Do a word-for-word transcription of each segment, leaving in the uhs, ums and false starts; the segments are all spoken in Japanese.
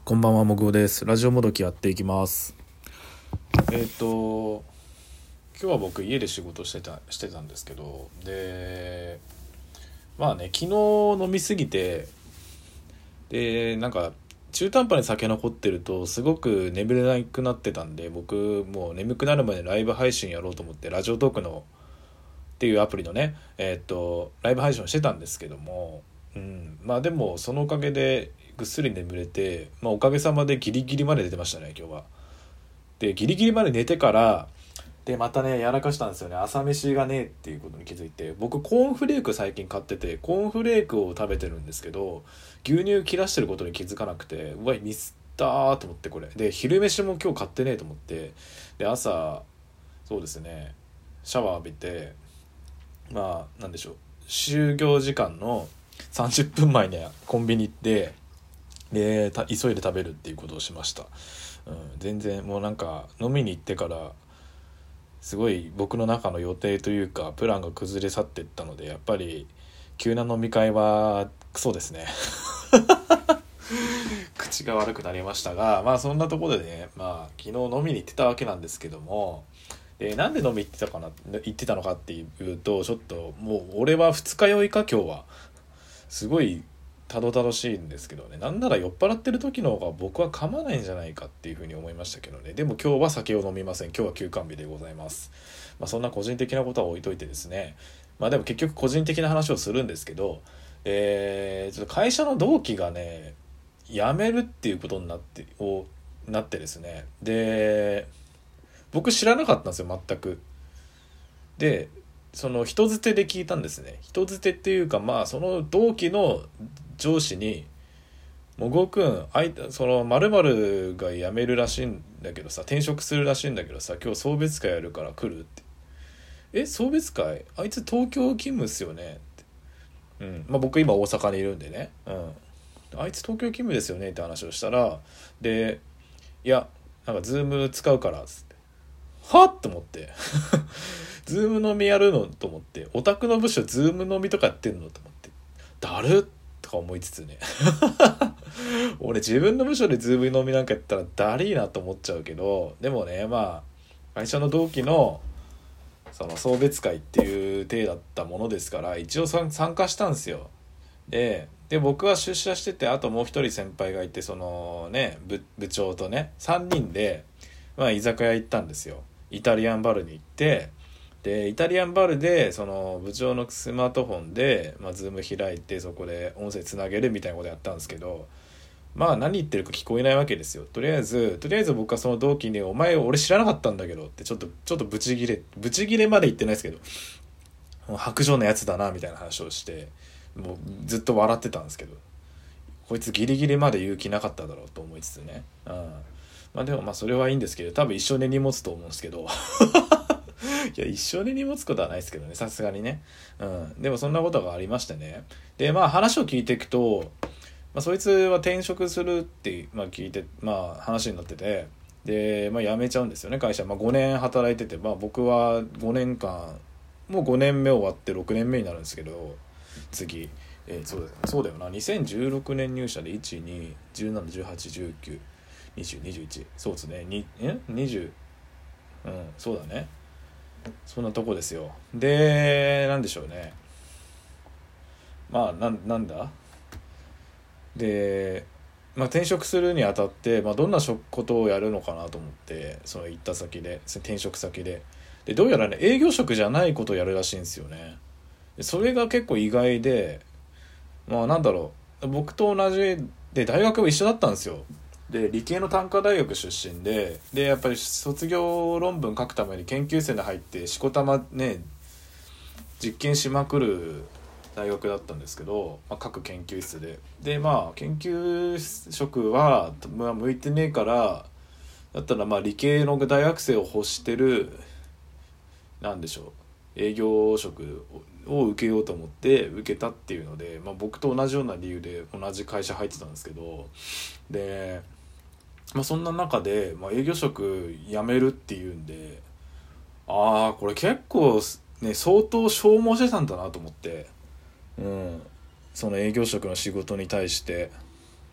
こんばんは、もぐおです。ラジオもどきやっていきます。えっ、と今日は僕家で仕事してたしてたんですけど、でまあね、昨日飲みすぎて、でなんか中途半端に酒残ってるとすごく眠れなくなってたんで、僕もう眠くなるまでライブ配信やろうと思ってラジオトークのっていうアプリのね、えっ、とライブ配信をしてたんですけども、うん、まあでもそのおかげでぐっすり眠れて、まあ、おかげさまでギリギリまで寝てましたね今日は。でギリギリまで寝てから、でまたねやらかしたんですよね。朝飯がねえっていうことに気づいて、僕コーンフレーク最近買ってて、コーンフレークを食べてるんですけど、牛乳切らしてることに気づかなくて、うわミスったーと思って、これで昼飯も今日買ってねえと思って、で朝そうですねシャワー浴びて、まあなんでしょう、就業時間のさんじゅっぷんまえにコンビニ行って、で急いで食べるっていうことをしました。うん、全然もうなんか飲みに行ってからすごい僕の中の予定というかプランが崩れ去っていったので、やっぱり急な飲み会はクソですね。口が悪くなりましたが、まあそんなところでね、まあ昨日飲みに行ってたわけなんですけども、でなんで飲み行ってたかな行ってたのかっていうと、ちょっともう俺は二日酔いか今日は。すごいたどたどしいんですけどね、なんなら酔っ払ってる時の方が僕は噛まないんじゃないかっていうふうに思いましたけどね。でも今日は酒を飲みません。今日は休館日でございます。まあそんな個人的なことは置いといてですね、まあでも結局個人的な話をするんですけど、えー、ちょっと会社の同期がね辞めるっていうことになってをなってですね、で僕知らなかったんですよ全く。でその人づてで聞いたんですね。人づてっていうか、まあその同期の上司に「もごくん、あいその〇〇が辞めるらしいんだけどさ、転職するらしいんだけどさ、今日送別会やるから来る？」って。「え、送別会？あいつ東京勤務っすよね？」って。うん、まあ僕今大阪にいるんでね、うん、あいつ東京勤務ですよねって話をしたら、でいやなんかズーム使うからっつって、はっと思って。ズーム飲みやるのと思って、オタクの部署ズーム飲みとかやってんのと思って、だるとか思いつつね。俺自分の部署でズーム飲みなんかやったらだりーなと思っちゃうけど、でもね、まあ会社の同期のその送別会っていう体だったものですから、一応参加したんですよ。でで僕は出社してて、あともう一人先輩がいて、そのね 部, 部長とねさんにんで、まあ、居酒屋行ったんですよ。イタリアンバルに行って、でイタリアンバルでその部長のスマートフォンで、まあ、ズーム開いてそこで音声つなげるみたいなことやったんですけど、まあ何言ってるか聞こえないわけですよ。とりあえずとりあえず僕はその同期に「お前俺知らなかったんだけど」って、ちょっとちょっとブチギレブチギレまで言ってないですけど、もう白状のやつだなみたいな話をして、もうずっと笑ってたんですけど、こいつギリギリまで勇気なかっただろうと思いつつね、うん、まあでもまあそれはいいんですけど、多分一生根に持つと思うんですけど。いや一生根に持つことはないですけどね、さすがにね、うん、でもそんなことがありましてね。でまあ話を聞いていくと、まあ、そいつは転職するって、まあ、聞いて、まあ、話になってて、で、まあ、辞めちゃうんですよね会社。まあ、ごねん働いてて、まあ、僕はごねんかんもうごねんめ終わってろくねんめになるんですけど、次、えー、そうだよ、そうだよな、にせんじゅうろくねん入社でいちにじゅうななじゅうはちじゅうきゅうにじゅうにじゅういち、そうですね、にえにじゅう、うん、そうだね、そんなとこですよ。でなんでしょうね、まあななんだで、まあ、転職するにあたって、まあ、どんなことをやるのかなと思って、その行った先で転職先ででどうやらね営業職じゃないことをやるらしいんですよね。でそれが結構意外で、まあなんだろう、僕と同じで大学も一緒だったんですよ。で理系の短科大学出身で、でやっぱり卒業論文書くために研究生に入ってしこたまね実験しまくる大学だったんですけど、まあ、各研究室ででまあ研究職は、まあ、向いてねえから、だったらまあ理系の大学生を欲してるなんでしょう営業職を受けようと思って受けたっていうので、まあ、僕と同じような理由で同じ会社入ってたんですけど、で、まあ、そんな中で、まあ、営業職辞めるっていうんで、ああこれ結構ね相当消耗してたんだなと思って、うん、その営業職の仕事に対して、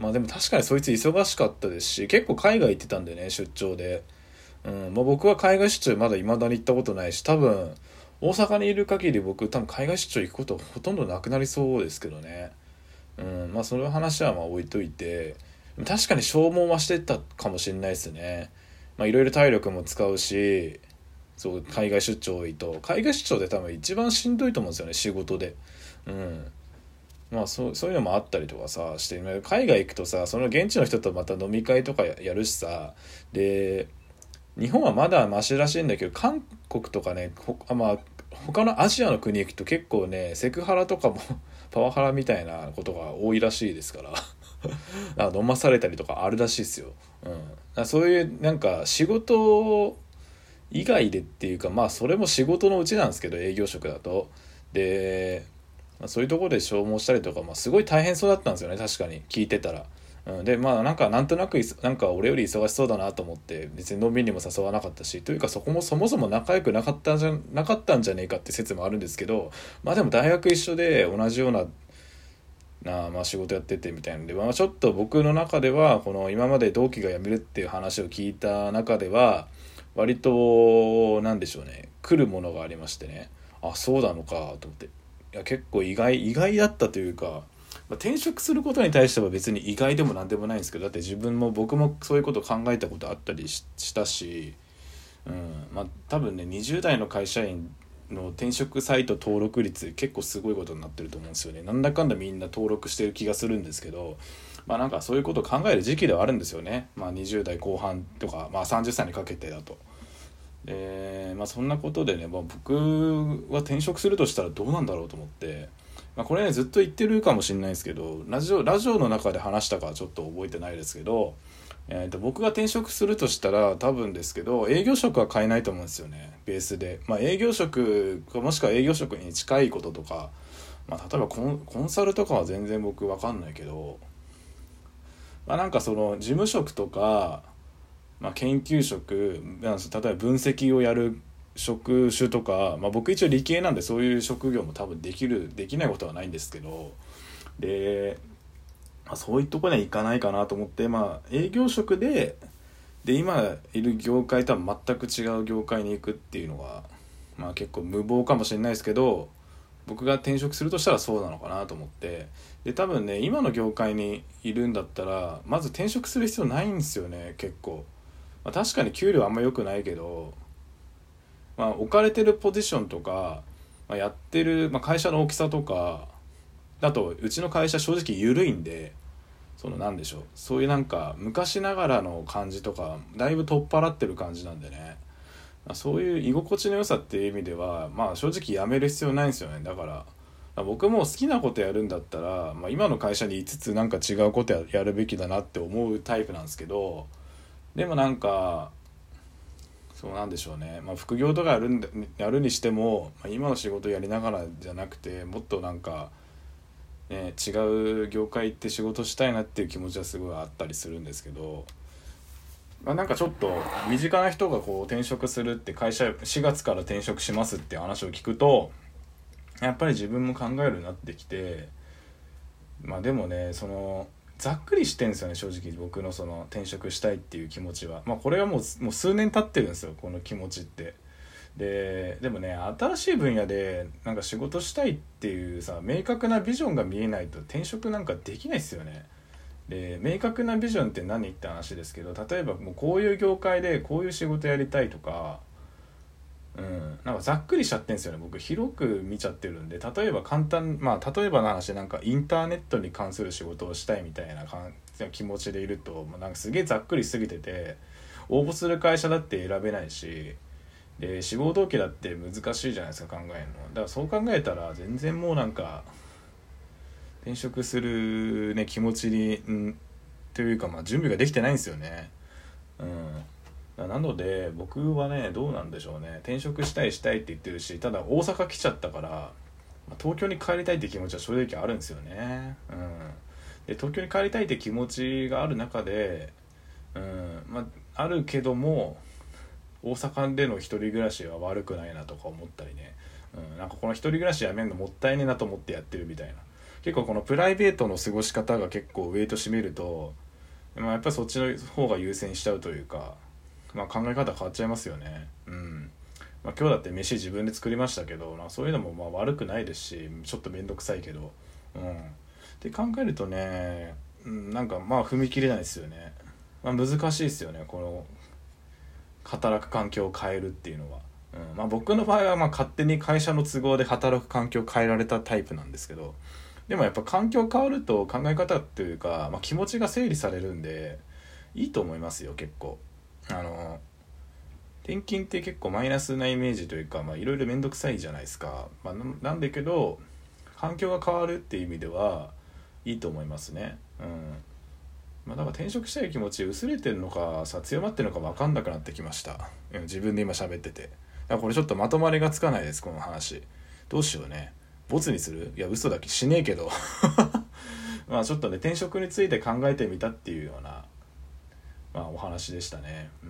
まあでも確かにそいつ忙しかったですし、結構海外行ってたんでね、出張で。うんまあ、僕は海外出張まだ未だに行ったことないし、多分大阪にいる限り僕多分海外出張行くことほとんどなくなりそうですけどね。うんまあその話はまあ置いといて、確かに消耗はしてたかもしれないですね。まあいろいろ体力も使うし、そう海外出張多いと、海外出張で多分一番しんどいと思うんですよね、仕事で。うんまあそうそういうのもあったりとかさして、海外行くとさ、その現地の人とまた飲み会とかやるしさ、で日本はまだマシらしいんだけど、韓国とかね、ほまあ他のアジアの国行くと結構ね、セクハラとかもパワハラみたいなことが多いらしいですからあ飲まされたりとかあるらしいですよ。うん、だからそういうなんか仕事以外でっていうか、まあそれも仕事のうちなんですけど、営業職だと。で、まあ、そういうところで消耗したりとか、まあ、すごい大変そうだったんですよね、確かに聞いてたら。うん、でまあなんかなんとなくなんか俺より忙しそうだなと思って別に飲みにも誘わなかったし、というかそこもそもそも仲良くなかったんじゃなかったんじゃねえかって説もあるんですけど、まあでも大学一緒で同じようなな、まあ、仕事やっててみたいなので、まあ、ちょっと僕の中ではこの今まで同期が辞めるっていう話を聞いた中では割となんでしょうね、来るものがありましてね。あ、そうなのかと思って、いや結構意外意外だったというか、まあ、転職することに対しては別に意外でもなんでもないんですけど、だって自分も僕もそういうこと考えたことあったり し, したし、うんまあ多分ねにじゅう代の会社員の転職サイト登録率結構すごいことになってると思うんですよね。なんだかんだみんな登録してる気がするんですけど、まあなんかそういうことを考える時期ではあるんですよね。まあにじゅう代後半とか、まあ、さんじゅっさいにかけてだと。でまあそんなことでね、まあ、僕は転職するとしたらどうなんだろうと思って、まあ、これねずっと言ってるかもしれないですけど、ラジオラジオの中で話したかはちょっと覚えてないですけど、えー、と僕が転職するとしたら多分ですけど営業職は変えないと思うんですよね、ベースで。まあ営業職もしくは営業職に近いこととか、まあ、例えばコン、コンサルとかは全然僕分かんないけど、まあ、なんかその事務職とか、まあ、研究職、例えば分析をやる職種とか、まあ、僕一応理系なんでそういう職業も多分できるできないことはないんですけど、でまあ、そういうところには行かないかなと思って、まあ、営業職でで今いる業界とは全く違う業界に行くっていうのは、まあ、結構無謀かもしれないですけど、僕が転職するとしたらそうなのかなと思って、で多分ね今の業界にいるんだったらまず転職する必要ないんですよね結構。まあ、確かに給料あんま良くないけど、まあ、置かれてるポジションとか、まあ、やってる、まあ、会社の大きさとかだとうちの会社正直緩いんで、そのなんでしょう、そういうなんか昔ながらの感じとかだいぶ取っ払ってる感じなんでね、そういう居心地の良さっていう意味ではまあ正直やめる必要ないんですよね。だから僕も好きなことやるんだったら、まあ、今の会社にいつつなんか違うことややるべきだなって思うタイプなんですけど、でもなんかそうなんでしょうね、まあ、副業とかやるんだやるにしても、まあ、今の仕事やりながらじゃなくてもっとなんかね、違う業界行って仕事したいなっていう気持ちはすごいあったりするんですけど、まあ、なんかちょっと身近な人がこう転職するって会社しがつから転職しますって話を聞くとやっぱり自分も考えるようになってきて、まあでもねそのざっくりしてんですよね正直僕のその転職したいっていう気持ちは。まあこれはもう、もう数年経ってるんですよこの気持ちって。ででもね新しい分野でなんか仕事したいっていうさ明確なビジョンが見えないと転職なんかできないですよね。で明確なビジョンって何って話ですけど、例えばもうこういう業界でこういう仕事やりたいとか、うん、なんかざっくりしちゃってんですよね。僕広く見ちゃってるんで、例えば簡単まあ例えばの話なんかインターネットに関する仕事をしたいみたいな感じの気持ちでいると、まあ、なんかすげえざっくりしすぎてて応募する会社だって選べないし、で志望動機だって難しいじゃないですか考えるの。だからそう考えたら全然もうなんか転職するね気持ちに、うん、というかまあ準備ができてないんですよね。うん、なので僕はねどうなんでしょうね、転職したいしたいって言ってるし、ただ大阪来ちゃったから東京に帰りたいって気持ちは正直あるんですよね。うん、で東京に帰りたいって気持ちがある中で、うんまあ、あるけども大阪での一人暮らしは悪くないなとか思ったりね、うん、なんかこの一人暮らしやめるのもったいねえなと思ってやってるみたいな結構このプライベートの過ごし方が結構ウェイト占めると、まあ、やっぱりそっちの方が優先しちゃうというか、まあ、考え方変わっちゃいますよね。うん、まあ、今日だって飯自分で作りましたけど、まあ、そういうのもまあ悪くないですし、ちょっと面倒くさいけど、うん、って考えるとね、うん、なんかまあ踏み切れないですよね。まあ、難しいですよね、この働く環境を変えるっていうのは。うん、まあ、僕の場合はまあ勝手に会社の都合で働く環境を変えられたタイプなんですけど、でもやっぱ環境変わると考え方っていうか、まあ、気持ちが整理されるんでいいと思いますよ。結構あの転勤って結構マイナスなイメージというか、まあいろいろめんどくさいじゃないですか、まあ、ななんだけど環境が変わるっていう意味ではいいと思いますね。うん、まあ、だから転職したい気持ち薄れてるのかさ強まってるのか分かんなくなってきました。うん、自分で今喋ってて、だからこれちょっとまとまりがつかないです、この話。どうしようね、ボツにする？いや嘘だけしねえけどまあちょっとね転職について考えてみたっていうような、まあ、お話でしたね。うん、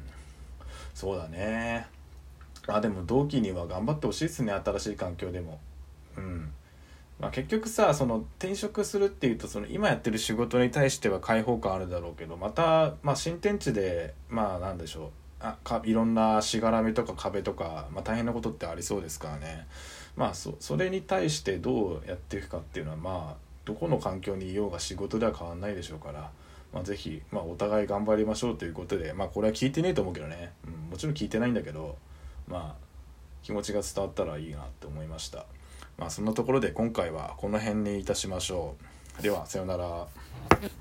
そうだね。あでも同期には頑張ってほしいですね、新しい環境でも。うん、まあ、結局さその転職するっていうとその今やってる仕事に対しては開放感あるだろうけど、また、まあ、新天地でまあなんでしょう、あかいろんなしがらみとか壁とか、まあ、大変なことってありそうですからね。まあ そ, それに対してどうやっていくかっていうのはまあどこの環境にいようが仕事では変わんないでしょうから、まあ、ぜひ、まあ、お互い頑張りましょうということで、まあこれは聞いてねえと思うけどね、うん、もちろん聞いてないんだけど、まあ気持ちが伝わったらいいなって思いました。まあそんなところで今回はこの辺にいたしましょう。ではさようなら。